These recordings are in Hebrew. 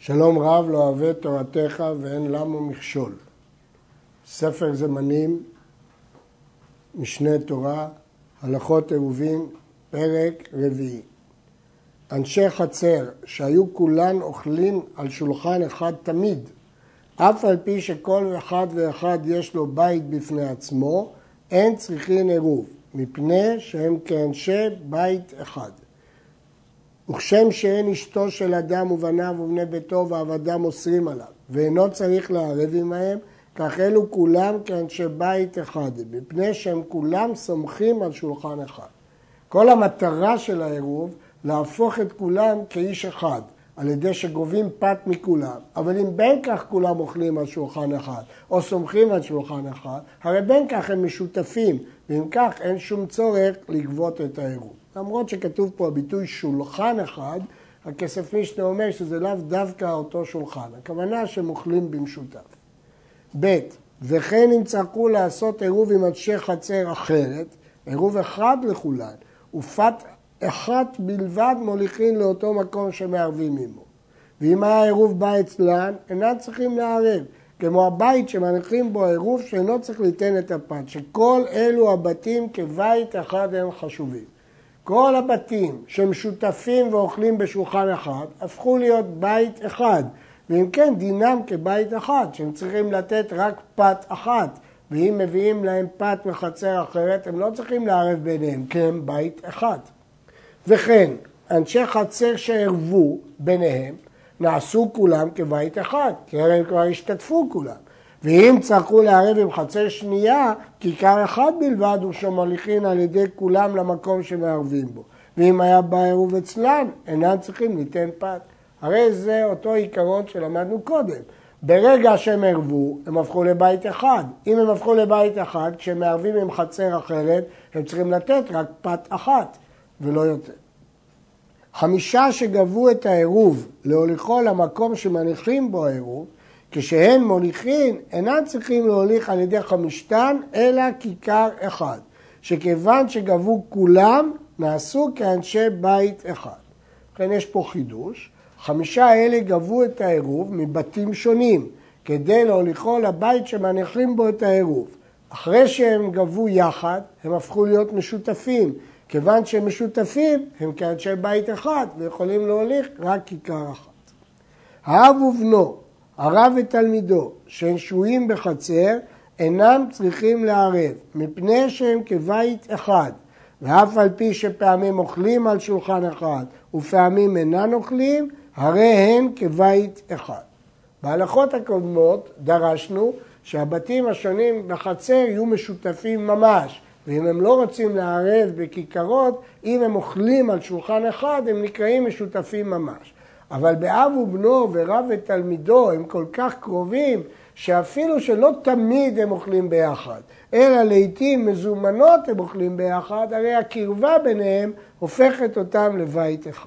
שלום רב לא אוהב תורתך ואין למה מכשול. ספר זמנים, משנה תורה, הלכות עירובין, פרק רביעי. אנשי חצר שהיו כולן אוכלים על שולחן אחד תמיד, אף על פי שכל אחד ואחד יש לו בית בפני עצמו, אין צריכים עירוב, מפני שהם כאנשי בית אחד. וכשם שאין אשתו של אדם ובניו ובני ביתו ועבדם מוסרים עליו, ואינו צריך לערב עמהם, כך אלו כולם כאנשי בית אחד, מפני שהם כולם סומכים על שולחן אחד. כל המטרה של העירוב, להפוך את כולם כאיש אחד, על ידי שגובים פת מכולם. אבל אם בין כך כולם אוכלים על שולחן אחד, או סומכים על שולחן אחד, הרי בין כך הם משותפים, ואם כך אין שום צורך לגבות את העירוב. למרות שכתוב פה הביטוי שולחן אחד, הכסף משנה אומר שזה לאו דווקא אותו שולחן. הכוונה שהם אוכלים במשותף. ב' וכן אם צרכו לעשות עירוב עם אנשי חצר אחרת, עירוב אחד לכולן, ופת אחת בלבד מוליכין לאותו מקום שמערבים עמו. ואם היה עירוב בא אצלן, אינם צריכים לערב, כמו הבית שמניחים בו עירוב שאינו צריך ליתן את הפת, שכל אלו הבתים כבית אחד הם חשובים. כל הבתים שמשותפים ואוכלים בשולחן אחד, הפכו להיות בית אחד, ואם כן דינם כבית אחד, שהם צריכים לתת רק פת אחת, ואם מביאים להם פת מחצר אחרת, הם לא צריכים לערב ביניהם, כי הם בית אחד. וכן, אנשי חצר שערבו ביניהם, נעשו כולם כבית אחד, כי הם כבר השתתפו כולם. ואם צריכו לערב עם חצר שנייה, כיכר אחד בלבד הוא שמוליכין על ידי כולם למקום שמערבים בו. ואם היה בא עירוב אצלן, אינם צריכים ליתן פת. הרי זה אותו עיקרון שלמדנו קודם. ברגע שהם ערבו, הם הפכו לבית אחד. אם הם הפכו לבית אחד, כשהם מערבים עם חצר אחרת, הם צריכים לתת רק פת אחת, ולא יותר. 5 שגבו את העירוב להוליכו למקום שמניחים בו העירוב, כשהן מוליכין, אינן צריכים להוליך על ידי 5, אלא כיכר אחד, שכיוון שגבו כולם, נעשו כאנשי בית אחד. לכן יש פה חידוש, 5 האלה גבו את העירוב מבתים שונים, כדי להוליכו לבית שמניחים בו את העירוב. אחרי שהם גבו יחד, הם הפכו להיות משותפים. כיוון שהם משותפים, הם כאנשי בית אחד, ויכולים להוליך רק כיכר אחת. האב ובנו, הרב ותלמידו, שהם שוהים בחצר, אינם צריכים לערב, מפני שהם כבית אחד, ואף על פי שפעמים אוכלים על שולחן אחד, ופעמים אינם אוכלים, הרי הן כבית אחד. בהלכות הקודמות דרשנו שהבתים השונים בחצר יהיו משותפים ממש, ואם הם לא רוצים לערב בכיכרות, אם הם אוכלים על שולחן אחד, הם נקראים משותפים ממש. אבל באב ובנו ורב ותלמידו הם כל כך קרובים, שאפילו שלא תמיד הם אוכלים ביחד, אלא לעתים מזומנות הם אוכלים ביחד, הרי הקרבה ביניהם הופכת אותם לבית אחד.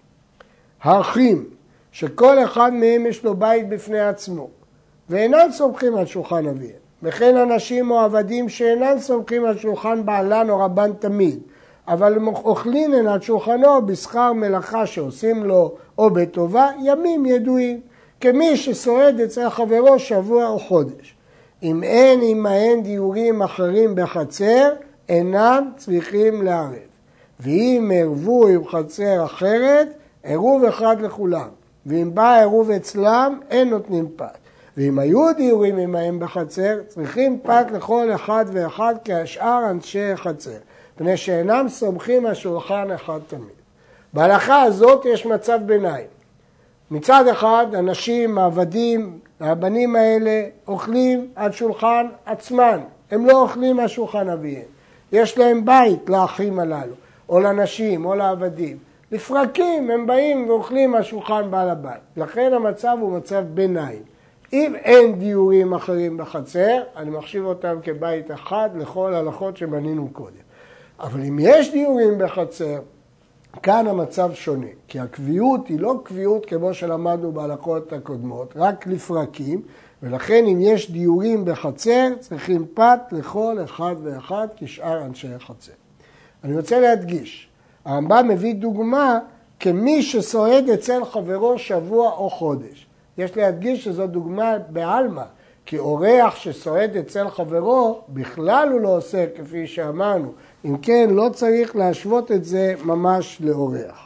האחים, שכל אחד מהם יש לו בית בפני עצמו, ואינם סומכים על שולחן אביהם. וכן אנשים או עבדים שאינם סומכים על שולחן בעלן או רבן תמיד, אבל הם אוכלין על שולחנו בשכר מלאכה שעושים לו או בטובה, ימים ידועים, כמי שסועד אצל חברו שבוע או חודש. אם אין עמהם דיורים אחרים בחצר, אינם צריכים לערב. ואם ערבו עם חצר אחרת, עירוב אחד לכולם. ואם בא עירוב אצלם, אין נותנים פת. ואם היו דיורים עמהם בחצר, צריכים פת לכל אחד ואחד כשאר אנשי חצר. פני שאינם סומכים על שולחן אחד תמיד. בהלכה הזאת יש מצב ביניים. מצד אחד, אנשים, העבדים, הבנים האלה, אוכלים על שולחן עצמן. הם לא אוכלים על שולחן אביהם. יש להם בית לאחים הללו, או לנשים, או לעבדים. לפרקים הם באים ואוכלים על שולחן בעל הבית. לכן המצב הוא מצב ביניים. אם אין דיורים אחרים בחצר, אני מחשיב אותם כבית אחד לכל ההלכות שמנינו קודם. אבל אם יש דיורים בחצר, כאן המצב שונה, כי הקביעות היא לא קביעות כמו שלמדנו בהלכות הקודמות, רק לפרקים, ולכן אם יש דיורים בחצר, צריכים פת לכל אחד ואחד כשאר אנשי החצר. אני רוצה להדגיש, הרמב"ם מביא דוגמה כמי שסועד אצל חברו שבוע או חודש. יש להדגיש שזו דוגמה בעלמא, כי אורח שסועד אצל חברו בכלל הוא לא עושה כפי שאמרנו. אם כן, לא צריך להשוות את זה ממש לאורח.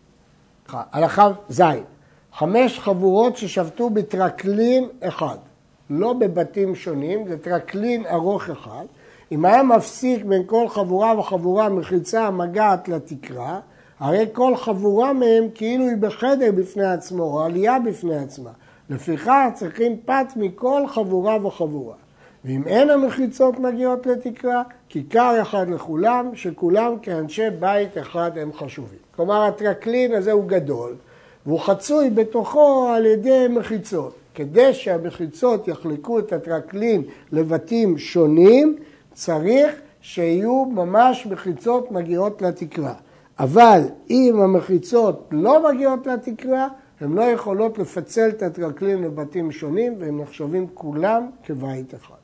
הלכה ז' 5 חבורות ששבתו בטרקלין אחד, לא בבתים שונים, זה טרקלין ארוך אחד. אם היה מפסיק בין כל חבורה וחבורה מחיצה המגעת לתקרה, הרי כל חבורה מהם כאילו היא בחדר בפני עצמו, או עלייה בפני עצמה. לפיכך צריכים פת מכל חבורה וחבורה. ואם אין המחיצות מגיעות לתקרה, כיכר אחד לכולם, שכולם כאנשי בית אחד הם חשובים. כלומר, הטרקלין הזה הוא גדול, והוא חצוי בתוכו על ידי מחיצות. כדי שהמחיצות יחלקו את הטרקלין לבתים שונים, צריך שיהיו ממש מחיצות מגיעות לתקרה. אבל אם המחיצות לא מגיעות לתקרה, הן לא יכולות לפצל את הטרקלין לבתים שונים, והם נחשבים כולם כבית אחד.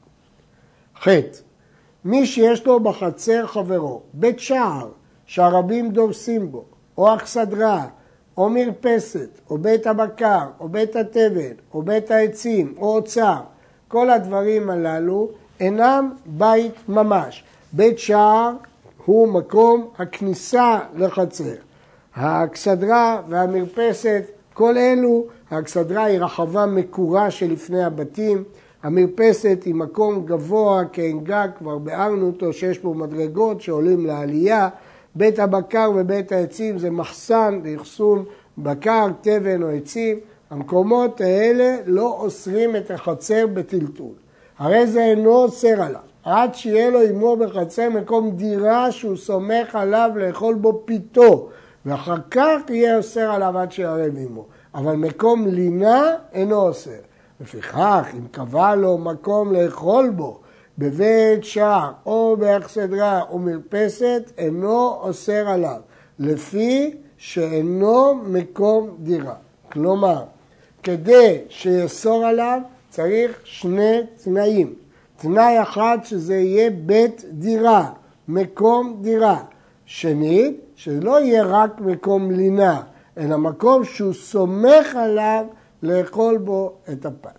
ח' מי שיש לו בחצר חברו בית שער שהרבים דורסים בו, או אכסדרה, או מרפסת, או בית הבקר, או בית התבן, או בית העצים, או אוצר, כל הדברים הללו אינם בית ממש. בית שער הוא מקום הכניסה לחצר. האכסדרה והמרפסת, כל אלו, האכסדרה היא רחבה מקורה שלפני הבתים, המרפסת היא מקום גבוה כעין גג, כבר בארנו אותו שיש בו מדרגות שעולים לעלייה. בית הבקר ובית העצים זה מחסן לאחסון בקר, תבן או עצים. המקומות האלה לא אוסרים את החצר בטלטול. הרי זה אינו אוסר עליו. עד שיהיה לו עמו בחצר מקום דירה שהוא סומך עליו לאכול בו פיתו, ואחר כך יהיה אוסר עליו עד שיערב עמו. אבל מקום לינה אינו אוסר. לפיכך, אם קבע לו מקום לאכול בו בבית שער או באכסדרה או מרפסת, אינו אוסר עליו, לפי שאינו מקום דירה. כלומר, כדי שיאסור עליו צריך 2 תנאים. תנאי אחד שזה יהיה בית דירה, מקום דירה. שנית, שלא יהיה רק מקום לינה, אלא מקום שהוא סומך עליו לאכול בו את הפת.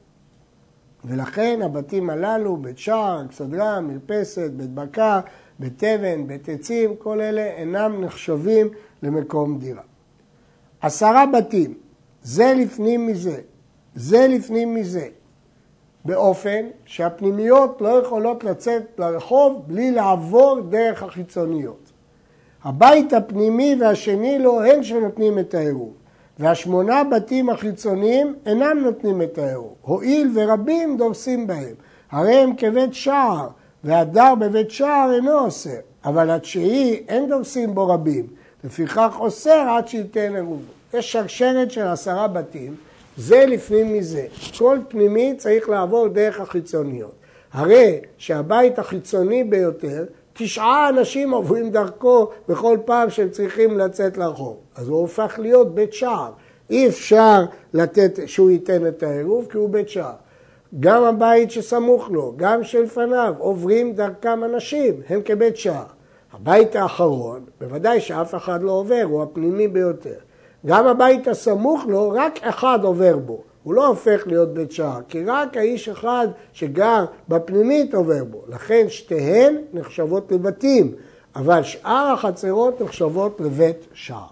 ולכן הבתים הללו, בית שער, אכסדרה, מרפסת, בית בקר, בית תבן, בית עצים, כל אלה אינם נחשבים למקום דירה. 10 בתים, זה לפנים מזה, זה לפנים מזה, באופן שהפנימיות לא יכולות לצאת לרחוב בלי לעבור דרך החיצוניות. הבית הפנימי והשני לו הן שנותנים את העירוב, וה8 בתים החיצוניים אינם נותנים את העירוב, הואיל ורבים דורסים בהם, הרי הם כבית שער, והדר בבית שער אינו אוסר, אבל התשיעי אין דורסים בו רבים, לפיכך אוסר עד שייתן עירוב. יש שרשרת של 10 בתים, זה לפנים מזה. כל פנימי צריך לעבור דרך החיצוניות. הרי שהבית החיצוני ביותר, 9 אנשים עוברים דרכו בכל פעם שהם צריכים לצאת לרחוב. אז הוא הופך להיות בית שער. אי אפשר לתת שהוא ייתן את העירוב כי הוא בית שער. גם הבית שסמוך לו, גם שלפניו, עוברים דרכם אנשים, הם כבית שער. הבית האחרון, בוודאי שאף אחד לא עובר, הוא הפנימי ביותר. גם הבית הסמוך לו, רק אחד עובר בו. הוא לא הופך להיות בית שער, כי רק האיש אחד שגר בפנימית עובר בו. לכן שתיהן נחשבות לבתים, אבל שאר החצרות נחשבות לבית שער.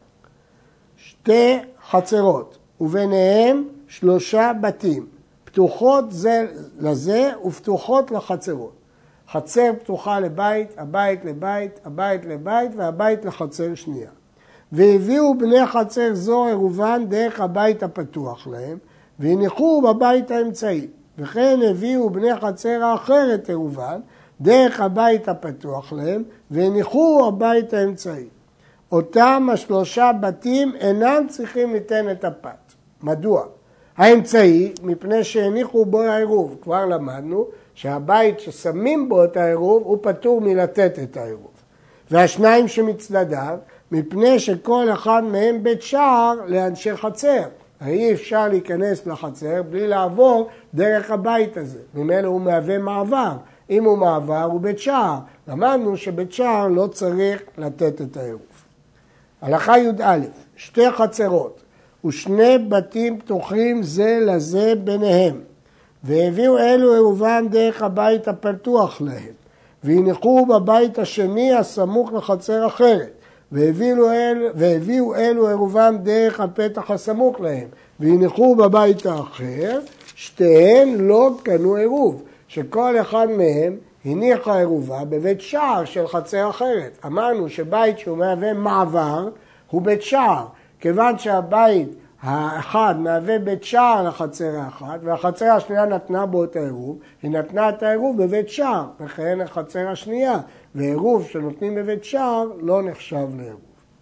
2 חצרות, וביניהם 3 בתים, פתוחות זה לזה ופתוחות לחצרות. חצר פתוחה לבית, הבית לבית, הבית לבית והבית לחצר שנייה. והביאו בני חצר זו עירובן דרך הבית הפתוח להם, והניחו בבית האמצעי. וכן הביאו בני חצר האחרת עירובן דרך הבית הפתוח להם, והניחו הבית האמצעי. אותם 3 בתים אינם צריכים ליתן את הפת. מדוע? האמצעי, מפני שהניחו בו העירוב. כבר למדנו שהבית ששמים בו את העירוב הוא פטור מלתת את העירוב. והשניים שמצדדיו, מפני שכל אחד מהם בית שער לאנשי חצר. אי אפשר להיכנס לחצר בלי לעבור דרך הבית הזה. ממנו הוא מהווה מעבר. אם הוא מעבר הוא בית שער. למדנו שבית שער לא צריך לתת את העירוב. הלכה י"א, שתי חצרות ושני בתים פתוחים זה לזה ביניהם, והביאו אלו עירובם דרך הבית הפתוח להם, והניחו בבית השני הסמוך לחצר אחרת, והביאו אלו עירובם דרך הפתח הסמוך להם, והניחו בבית האחר, שתיהן לא קנו עירוב, שכל אחד מהם הניחה עירובה בבית שער של חצר אחרת. אמרנו שבית שהוא מהווה מעבר הוא בית שער, כיוון שהבית האחד מהווה בית שער לחצר האחת, והחצר השנייה נתנה בו את העירוב, היא נתנה את העירוב בבית שער, וכן החצר השנייה, ועירוב שנותנים בבית שער לא נחשב לעירוב.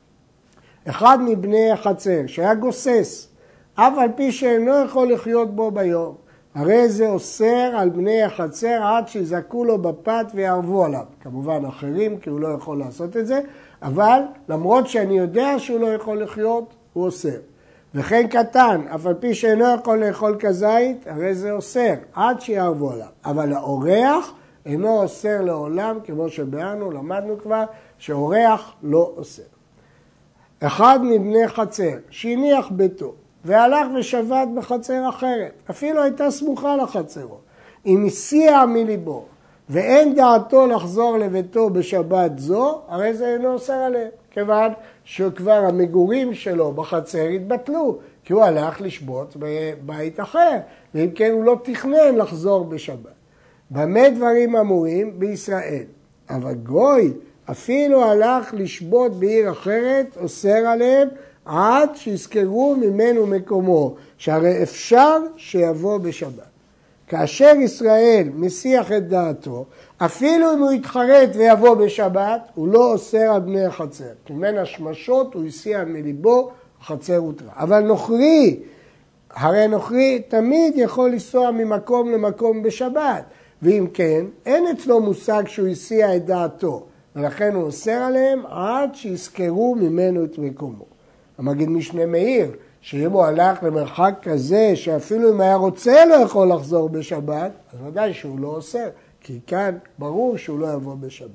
אחד מבני החצר שהיה גוסס, אף על פי שאינו יכול לחיות בו ביום, הרי זה אוסר על בני החצר עד שיזעקו לו בפת ויערבו עליו. כמובן אחרים, כי הוא לא יכול לעשות את זה, אבל למרות שאני יודע שהוא לא יכול לחיות, הוא אוסר. וכן קטן, אף על פי שאינו יכול לאכול כזית, הרי זה אוסר, עד שיערבו עליו. אבל האורח אינו אוסר לעולם, כמו שבאנו, למדנו כבר, שאורח לא אוסר. אחד מבני חצר, שהניח ביתו, והלך ושבת בחצר אחרת, אפילו הייתה סמוכה לחצרו. אם הסיע מליבו ואין דעתו לחזור לביתו בשבת זו, הרי זה אינו אוסר עליהם, כיוון שכבר המגורים שלו בחצר התבטלו, כי הוא הלך לשבות בבית אחר, ואם כן הוא לא תכנן לחזור בשבת. במה דברים אמורים? בישראל. אבל גוי אפילו הלך לשבות בעיר אחרת, אוסר עליהם, עד שיזכרו ממנו מקומו, שהרי אפשר שיבוא בשבת. כאשר ישראל מסיח את דעתו, אפילו אם הוא יתחרט ויבוא בשבת, הוא לא אוסר על בני החצר. כמן השמשות הוא הסיע מליבו, החצר הותרה. אבל נוכרי, הרי נוכרי תמיד יכול לנסוע ממקום למקום בשבת, ואם כן, אין אצלו מושג שהוא הסיע את דעתו, ולכן הוא אוסר עליהם עד שיזכרו ממנו את מקומו. המגיד משנה מאיר, שאם הוא הלך למרחק כזה, שאפילו אם היה רוצה לא יכול לחזור בשבת, אז ודאי שהוא לא אוסר, כי כאן ברור שהוא לא יבוא בשבת.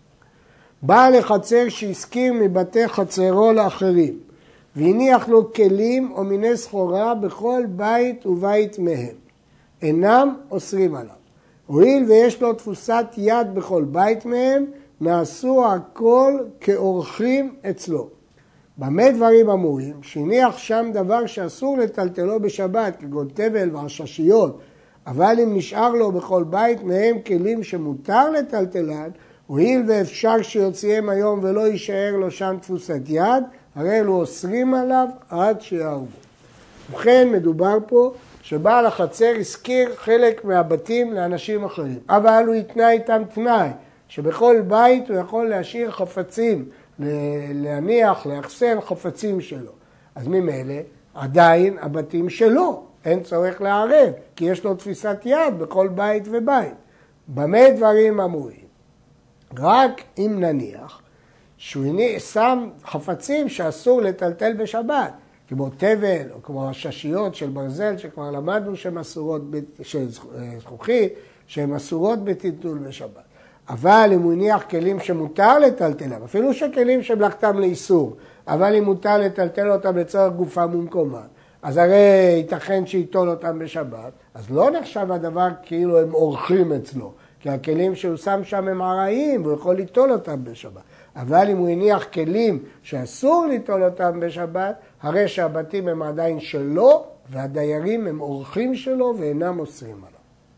בא לחצר שהסכים מבתי חצרו לאחרים, והניח לו כלים או מיני סחורה בכל בית ובית מהם. אינם אוסרים עליו. הואיל ויש לו תפוסת יד בכל בית מהם, נעשו הכל כאורחים אצלו. במה דברים אמורים? שהניח שם דבר שאסור לטלטלו בשבת, כגון תבל ועששיות, אבל אם נשאר לו בכל בית מהם כלים שמותר לטלטלן, הואיל ואפשר שיוציאם היום ולא יישאר לו שם תפוסת יד, הרי אלו אוסרים עליו עד שיערבו. ובכן מדובר פה שבעל החצר הזכיר חלק מהבתים לאנשים אחרים, אבל הוא התנה איתם תנאי, שבכל בית הוא יכול להשאיר חפצים, להניח, לאחסן חפצים שלו. אז ממילא עדיין הבתים שלו, אין צורך לערב, כי יש לו תפיסת יד בכל בית ובית. במה דברים אמורים? רק אם נניח שהוא שם חפצים שאסור לטלטל בשבת, כמו תבל או כמו הששיות של ברזל שכבר למדנו שהן אסורות, של זכוכית, שהן אסורות בטלטול בשבת. אבל אם הוא הניח כלים שמותר לטלטלם, אפילו שכלים שמלאכתם לאיסור, אבל אם מותר לטלטל אותם לצורך גופם ומקומם, אז הרי ייתכן שיטול אותם בשבת, אז לא נחשב הדבר כאילו הם אורחים אצלו, כי הכלים שהוא שם שם הם ארעיים והוא יכול ליטול אותם בשבת. אבל אם הוא הניח כלים שאסור ליטול אותם בשבת, הרי שהבתים הם עדיין שלו והדיירים הם אורחים שלו ואינם אוסרים עליו.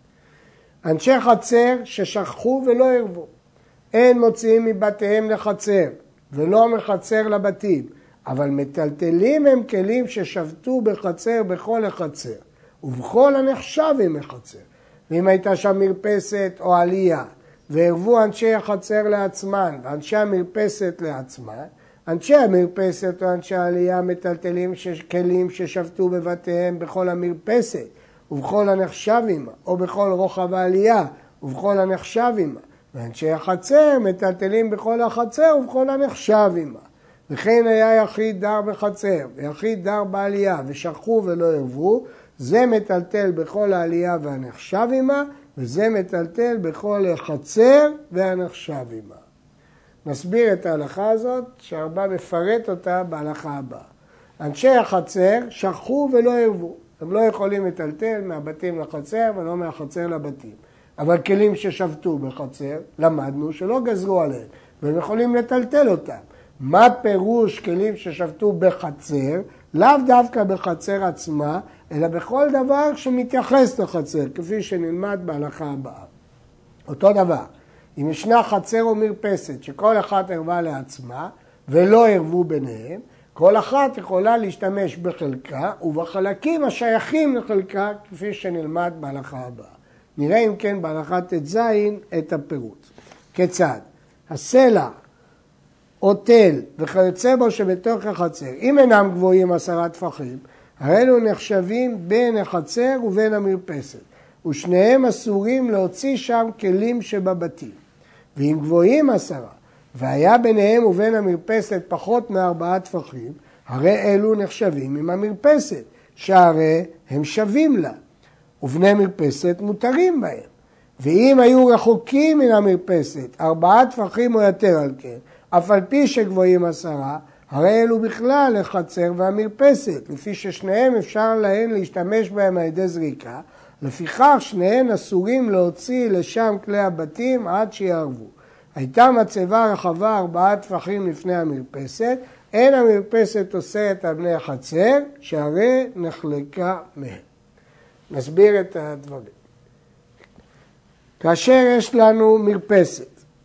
אנשי חצר ששכחו ולא ערבו, אין מוציאים מבתיהם לחצר ולא מחצר לבתים, אבל מטלטלים הם כלים ששבתו בחצר בכל החצר, ובכל הנחשב הם מחצר. ואם הייתה שם מרפסת או עלייה, וערבו אנשי החצר לעצמן ואנשי המרפסת לעצמן, אנשי המרפסת או אנשי העלייה מטלטלים כלים ששבתו בבתיהם בכל המרפסת, ובכל הנחשב עמה, או בכל רוחב העלייה, ובכל הנחשב עמה. ואנשי החצר מטלטלים בכל החצר ובכל הנחשב עמה. וכן היה יחיד דר בחצר, ויחיד דר בעלייה, ושכחו ולא ערבו, זה מטלטל בכל העלייה והנחשב עמה, וזה מטלטל בכל החצר והנחשב עמה. נסביר את ההלכה הזאת, שהרבה מפרט אותה בהלכה הבאה. אנשי החצר שכחו ולא ערבו. הם לא יכולים לטלטל מהבתים לחצר ולא מהחצר לבתים. אבל כלים ששבתו בחצר, למדנו שלא גזרו עליהם, והם יכולים לטלטל אותם. מה פירוש כלים ששבתו בחצר? לאו דווקא בחצר עצמה, אלא בכל דבר שמתייחס לחצר, כפי שנלמד בהלכה הבאה. אותו דבר, אם ישנה חצר או מרפסת שכל אחת ערבה לעצמה ולא ערבו ביניהם, כל אחת יכולה להשתמש בחלקה ובחלקים השייכים לחלקה, כפי שנלמד בהלכה הבאה. נראה אם כן בהלכה ט"ז את הפירוט. כיצד? הסלע או תל וכיוצא בו שבתוך החצר, אם אינם גבוהים 10 טפחים, הרי אלו נחשבים בין החצר ובין המרפסת, ושניהם אסורים להוציא שם כלים שבבתים. ואם גבוהים 10, והיה ביניהם ובין המרפסת פחות מ4 טפחים, הרי אלו נחשבים עם המרפסת, שהרי הם שווים לה, ובני מרפסת מותרים בהם. ואם היו רחוקים מן המרפסת 4 טפחים או יותר על כן, אף על פי שגבוהים 10, הרי אלו בכלל לחצר והמרפסת, לפי ששניהם אפשר להן להשתמש בהם על ידי זריקה, לפיכך שניהם אסורים להוציא לשם כלי הבתים עד שיערבו. הייתה מצבה רחבה 4 טפחים לפני המרפסת, אין המרפסת אוסרת על בני החצר, שהרי נחלקה מהם. נסביר את הדברים. כאשר יש לנו מרפסת,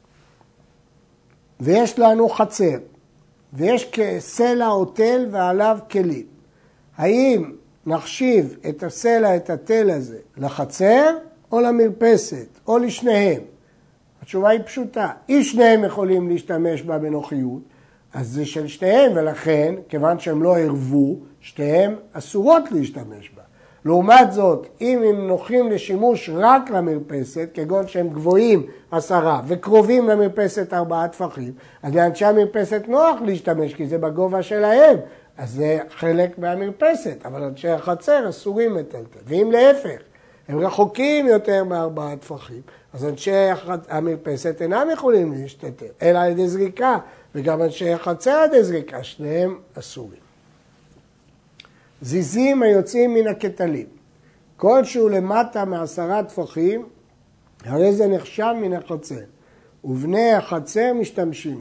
ויש לנו חצר, ויש סלע או תל ועליו כלים, האם נחשיב את הסלע, את התל הזה, לחצר או למרפסת, או לשניהם? התשובה היא פשוטה. אם שניהם יכולים להשתמש בה בנוחיות, אז זה של שניהם, ולכן, כיוון שהם לא ערבו, שניהם אסורות להשתמש בה. לעומת זאת, אם הם נוחים לשימוש רק למרפסת, כגון שהם גבוהים 10 וקרובים למרפסת 4 טפחים, אז לאנשי המרפסת נוח להשתמש, כי זה בגובה שלהם, אז זה חלק מהמרפסת, אבל אנשי החצר אסורים לטלטל. ואם להפך, הם רחוקים יותר מ4 טפחים, אז אנשי המרפסת אינם יכולים להשתתף, אלא על ידי זריקה, וגם אנשי החצר על ידי זריקה, שניהם אסורים. זיזים היוצאים מן הכתלים, כלשהו למטה מ10 טפחים, הרי זה נחשב מן החצר, ובני החצר משתמשים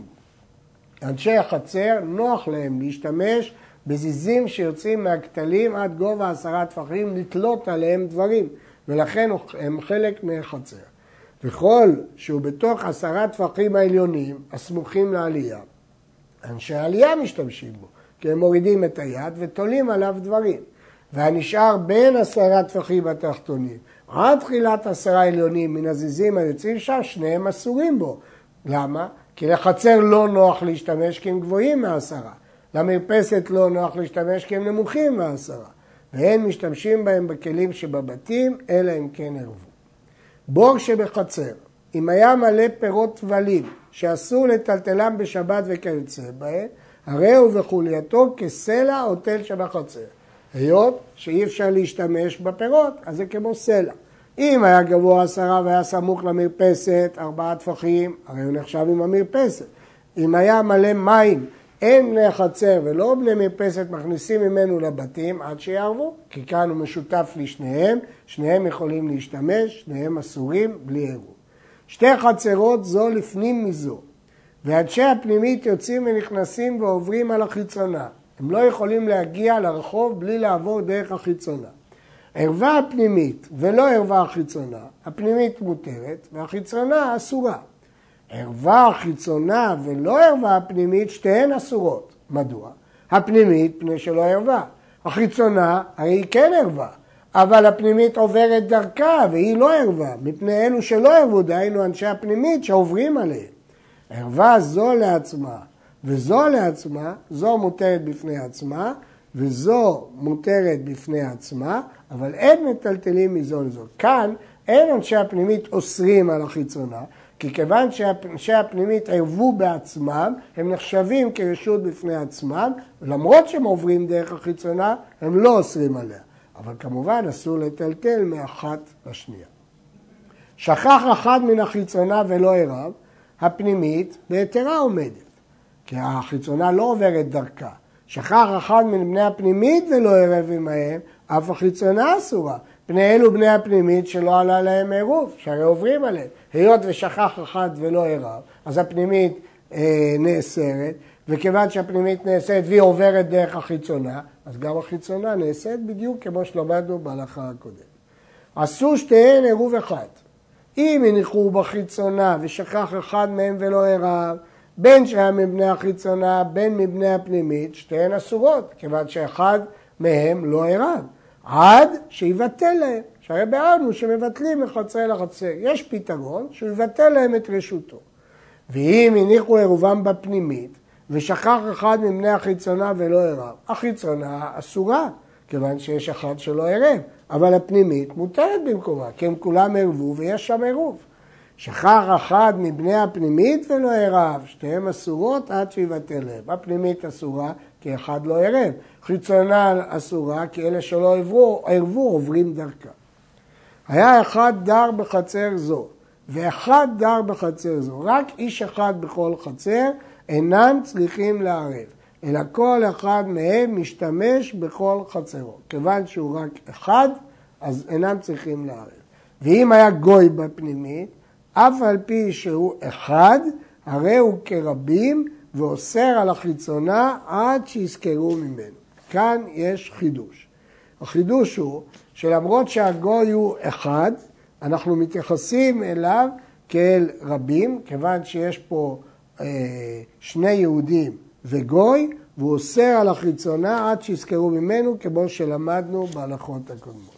בו. אנשי החצר נוח להם להשתמש בזיזים שיוצאים מהכתלים עד גובה 10 טפחים, לתלות עליהם דברים, ולכן הם חלק מהחצר. וכל שהוא בתוך 10 טפחים העליונים הסמוכים לעלייה, אנשי העלייה משתמשים בו, כי הם מורידים את היד ותולים עליו דברים. והנשאר בין 10 טפחים התחתונים עד תחילת 10 עליונים מן הזיזים היוצאים שם, שניהם אסורים בו. למה? כי לחצר לא נוח להשתמש כי הם גבוהים מ10. למרפסת לא נוח להשתמש כי הם נמוכים מ10. והן משתמשים בהם בכלים שבבתים, אלא אם כן ערבו. בור שבחצר, אם היה מלא פירות טבלים שאסור לטלטלם בשבת וכיוצא בהם, הרי הוא בחולייתו כסלע או תל שבחצר. היות שאי אפשר להשתמש בפירות, אז זה כמו סלע. אם היה גבוה 10 והיה סמוך למרפסת 4 טפחים, הרי הוא נחשב עם המרפסת. אם היה מלא מים, אין בני החצר ולא בני מרפסת מכניסים ממנו לבתים עד שיערבו, כי כאן הוא משותף לשניהם, שניהם יכולים להשתמש, שניהם אסורים בלי עירוב. 2 חצרות זו לפנים מזו, ואנשי הפנימית יוצאים ונכנסים ועוברים על החיצונה. הם לא יכולים להגיע לרחוב בלי לעבור דרך החיצונה. ערווה הפנימית ולא ערווה החיצונה, הפנימית מותרת והחיצונה אסורה. ערווה החיצונה ולא ערווה הפנימית, שתיהן אסורות. מדוע? הפנימית פני שלא ערווה. החיצונה הרי כן ערווה, אבל הפנימית עוברת דרכה והיא לא ערווה, מפני אלו שלא ערבו, דהיינו אנשי הפנימית שעוברים עליהם. ערווה זו לעצמה וזו לעצמה, זו מותרת בפני עצמה וזו מותרת בפני עצמה, אבל אין מטלטלים מזו לזו. כאן אין אנשי הפנימית אוסרים על החיצונה, כי כיוון שאנשי הפנימית ערבו בעצמם, הם נחשבים כרשות בפני עצמם, ולמרות שהם עוברים דרך החיצונה, הם לא אוסרים עליה. אבל כמובן אסור לטלטל מאחת לשנייה. שכח אחד מן החיצונה ולא ערב, הפנימית בהיתרה עומדת, כי החיצונה לא עוברת דרכה. שכח אחד מבני הפנימית ולא ערב עמהם, אף החיצונה אסורה. פני אלו בני הפנימית שלא עלה להם עירוב, שהרי עוברים עליהם. היות ושכח אחד ולא ערב, אז הפנימית נאסרת, וכיוון שהפנימית נאסרת והיא עוברת דרך החיצונה, אז גם החיצונה נאסרת בדיוק כמו שלמדנו בהלכה הקודמת. עשו שתיהן עירוב אחד. אם הניחו בחיצונה ושכח אחד מהם ולא ערב, בין שהיה מבני החיצונה, בין מבני הפנימית, שתיהן אסורות, כיוון שאחד מהם לא ערב, עד שיבטל להם. שהרי בעדנו שמבטלים מחצר לחצר. יש פתרון שהוא יבטל להם את רשותו. ואם הניחו עירובם בפנימית, ושכח אחד מבני החיצונה ולא ערב, החיצונה אסורה, כיוון שיש אחד שלא ערב, אבל הפנימית מותרת במקומה, כי הם כולם ערבו ויש שם עירוב. שכח אחד מבני הפנימית ולא ערב, שתיהם אסורות עד שיבטל להם. הפנימית אסורה כי אחד לא ערב, חיצונה אסורה כי אלה שלא ערבו עוברים דרכה. היה אחד דר בחצר זו, ואחד דר בחצר זו, רק איש אחד בכל חצר, אינם צריכים לערב, אלא כל אחד מהם משתמש בכל חצרו. כיוון שהוא רק אחד, אז אינם צריכים לערב. ואם היה גוי בפנימית, אף על פי שהוא אחד, הרי הוא כרבים ואוסר על החיצונה עד שיזכרו ממנו. כאן יש חידוש. החידוש הוא שלמרות שהגוי הוא אחד, אנחנו מתייחסים אליו כאל רבים, כיוון שיש פה שני יהודים וגוי, והוא אוסר על החיצונה עד שיזכרו ממנו, כמו שלמדנו בהלכות הקודמות.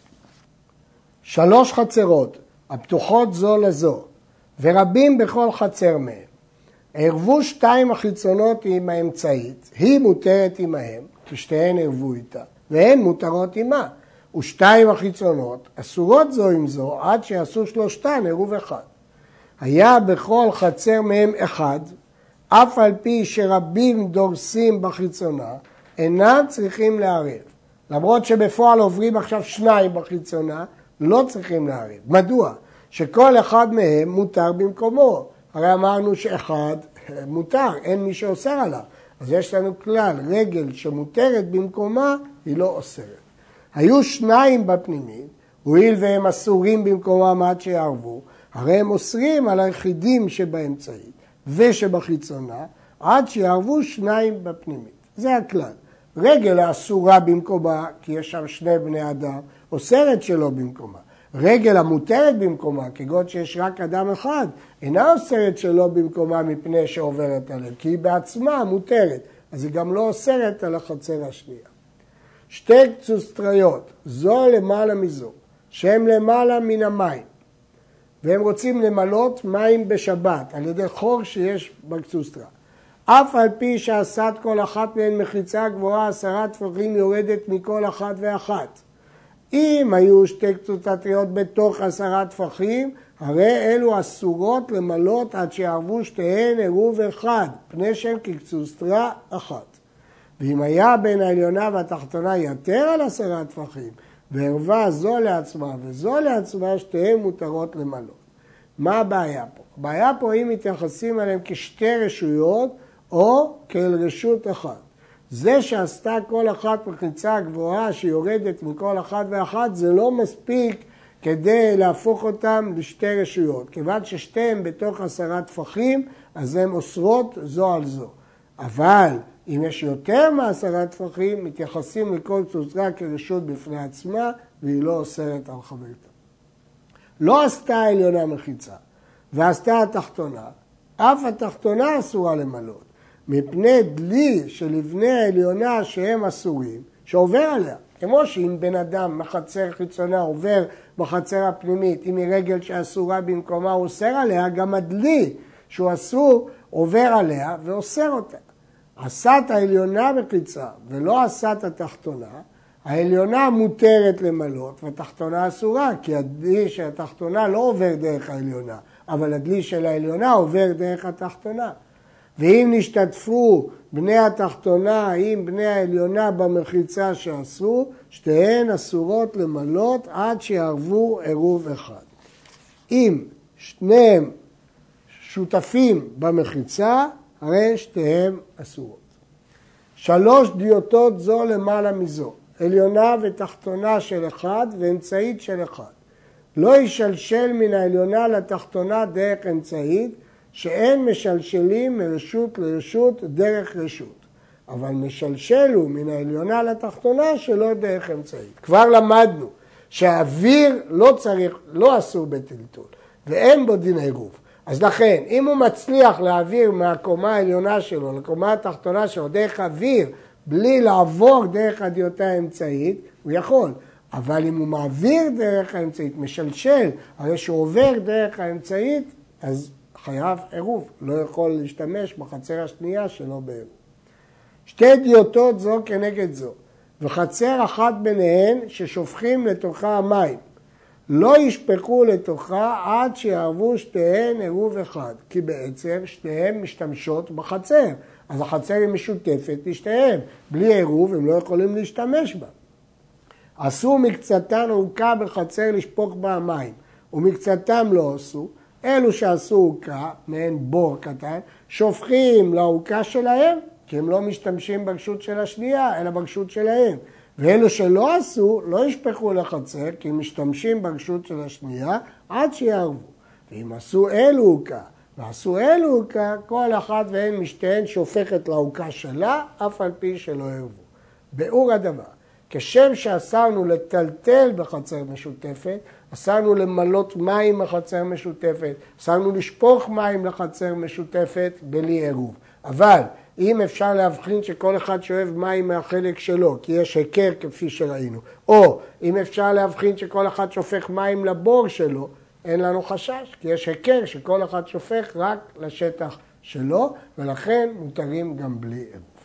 3 חצרות, הפתוחות זו לזו, ורבים בכל חצר מהם. ערבו 2 החיצונות עם האמצעית, היא מותרת עמהם, כי שתיהן ערבו איתה, והן מותרות עמה. ו2 החיצונות אסורות זו עם זו, עד שיעשו 3 עירוב אחד. היה בכל חצר מהם אחד, אף על פי שרבים דורסים בחיצונה, אינם צריכים לערב. למרות שבפועל עוברים עכשיו 2 בחיצונה, לא צריכים לערב. מדוע? שכל אחד מהם מותר במקומו. הרי אמרנו שאחד מותר, אין מי שאוסר עליו. אז יש לנו כלל, רגל שמותרת במקומה, היא לא אוסרת. היו 2 בפנימית, הואיל והם אסורים במקומם עד שיערבו, הרי הם אוסרים על היחידים שבאמצעית ושבחיצונה, עד שיערבו 2 בפנימית. זה הכלל. רגל האסורה במקומה, כי יש שם 2 בני אדם, אוסרת שלא במקומה. רגל המותרת במקומה, כגון שיש רק אדם אחד, אינה אוסרת שלא במקומה מפני שעוברת עליהם, כי היא בעצמה מותרת, אז היא גם לא אוסרת על החצר השנייה. 2 קצוסטריות, זו למעלה מזו, שהם למעלה מן המים, והם רוצים למלות מים בשבת, על ידי חור שיש בקצוסטרה. אף על פי שעשת כל אחת מהן מחיצה גבוהה 10 טפחים יורדת מכל אחת ואחת. אם היו 2 קצוסטריות בתוך 10 טפחים, הרי אלו אסורות למלות עד שיערבו שתיהן עירוב אחד, פני שהן כקצוסטרה אחת. ואם היה בין העליונה והתחתונה יתר על 10 טפחים, וערבה זו לעצמה וזו לעצמה, שתיהן מותרות למלות. מה הבעיה פה? הבעיה פה היא מתייחסים עליהם כשתי רשויות או כאל רשות אחת. זה שעשתה כל אחת מחיצה גבוהה שיורדת מכל אחת ואחת, זה לא מספיק כדי להפוך אותם לשתי רשויות. כיוון ששתיהם בתוך 10 טפחים, אז הן אוסרות זו על זו. אבל אם יש יותר מ10 טפחים, מתייחסים לכל קצוצרה כרשות בפני עצמה, והיא לא אוסרת על חברתה. לא עשתה העליונה מחיצה, ועשתה התחתונה, אף התחתונה אסורה למלות, מפני דלי שלבני העליונה שהם אסורים, שעובר עליה. כמו שאם בן אדם מחצר חיצונה עובר בחצר הפנימית, אם היא רגל שאסורה במקומה הוא אוסר עליה, גם הדלי שהוא אסור עובר עליה ואוסר אותה. עשת העליונה מחיצה ולא עשת התחתונה, העליונה מותרת למלות והתחתונה אסורה, כי הדלי של התחתונה לא עובר דרך העליונה, אבל הדלי של העליונה עובר דרך התחתונה. ואם נשתתפו בני התחתונה עם בני העליונה במחיצה שעשו, שתיהן אסורות למלות עד שיערבו עירוב אחד. אם שניהם שותפים במחיצה, הרי שתיהם אסורות. 3 דיוטות זו למעלה מזו, עליונה ותחתונה של אחד ואמצעית של אחד. לא ישלשל מן העליונה לתחתונה דרך אמצעית, שאין משלשלים מרשות לרשות דרך רשות. אבל משלשלו מן העליונה לתחתונה שלא דרך אמצעית. כבר למדנו שהאוויר לא אסור בטלטול, ואין בו דין עירוב. אז לכן, אם הוא מצליח להעביר מהקומה העליונה שלו לקומה התחתונה שלו דרך אוויר, בלי לעבור דרך הדיוטה האמצעית, הוא יכול. אבל אם הוא מעביר דרך האמצעית, משלשל, הרי שהוא עובר דרך האמצעית, אז חייב עירוב. לא יכול להשתמש בחצר השנייה שלו בעירוב. 2 דיוטות זו כנגד זו, וחצר אחת ביניהן ששופכים לתוכה המים. לא ישפכו לתוכה עד שיערבו שתיהן עירוב אחד, כי בעצם שתיהן משתמשות בחצר. אז החצר היא משותפת לשתיהן. בלי עירוב הם לא יכולים להשתמש בה. עשו מקצתן עורקה בחצר לשפוך בה המים, ומקצתם לא עשו. אלו שעשו עורקה, מעין בור קטן, שופכים לעורקה שלהם, כי הם לא משתמשים ברשות של השנייה, אלא ברשות שלהם. ואלו שלא עשו, לא ישפכו לחצר, כי הם משתמשים ברשות של השנייה, עד שיערבו. ואם עשו אלו עורקה, ועשו אלו עורקה, כל אחת והן משתיהן שופכת לעורקה שלה, אף על פי שלא ערבו. ביאור הדבר, כשם שאסרנו לטלטל בחצר משותפת, אסרנו למלות מים בחצר משותפת, אסרנו לשפוך מים לחצר משותפת בלי עירוב. אבל אם אפשר להבחין שכל אחד שואב מים מהחלק שלו, כי יש היכר כפי שראינו, או אם אפשר להבחין שכל אחד שופך מים לבור שלו, אין לנו חשש, כי יש היכר שכל אחד שופך רק לשטח שלו, ולכן מותרים גם בלי עירוב.